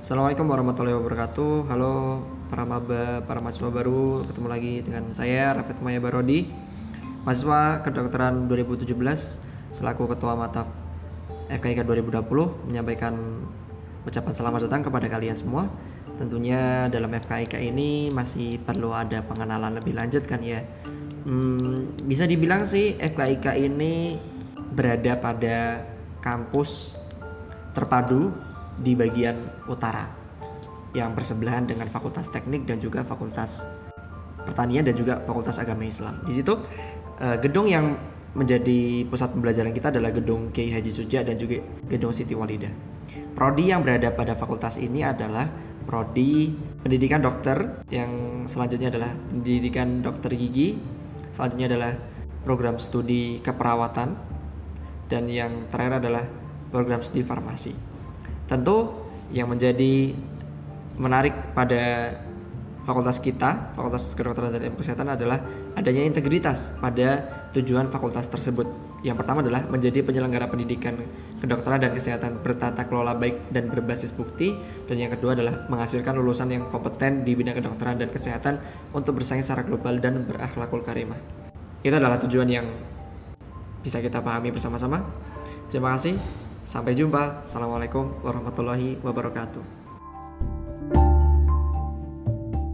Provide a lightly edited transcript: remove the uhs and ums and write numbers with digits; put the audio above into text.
Assalamualaikum warahmatullahi wabarakatuh. Halo para mahasiswa baru, ketemu lagi dengan saya Rafet Maya Barodi, mahasiswa kedokteran 2017 selaku ketua Mataf FKIK 2020, menyampaikan ucapan selamat datang kepada kalian semua. Tentunya dalam FKIK ini masih perlu ada pengenalan lebih lanjut kan ya. Bisa dibilang sih FKIK ini berada pada kampus terpadu di bagian utara yang bersebelahan dengan Fakultas Teknik dan juga Fakultas Pertanian dan juga Fakultas Agama Islam. Di situ gedung yang menjadi pusat pembelajaran kita adalah gedung Kiai Haji Suja dan juga gedung Siti Walidah. Prodi yang berada pada fakultas ini adalah prodi pendidikan dokter, yang selanjutnya adalah pendidikan dokter gigi, selanjutnya adalah program studi keperawatan, dan yang terakhir adalah program studi farmasi. Tentu yang menjadi menarik pada fakultas kita, Fakultas Kedokteran dan Ilmu Kesehatan, adalah adanya integritas pada tujuan fakultas tersebut. Yang pertama adalah menjadi penyelenggara pendidikan kedokteran dan kesehatan bertata kelola baik dan berbasis bukti, dan yang kedua adalah menghasilkan lulusan yang kompeten di bidang kedokteran dan kesehatan untuk bersaing secara global dan berakhlakul karimah. Itu adalah tujuan yang bisa kita pahami bersama-sama. Terima kasih. Sampai jumpa. Assalamualaikum warahmatullahi wabarakatuh.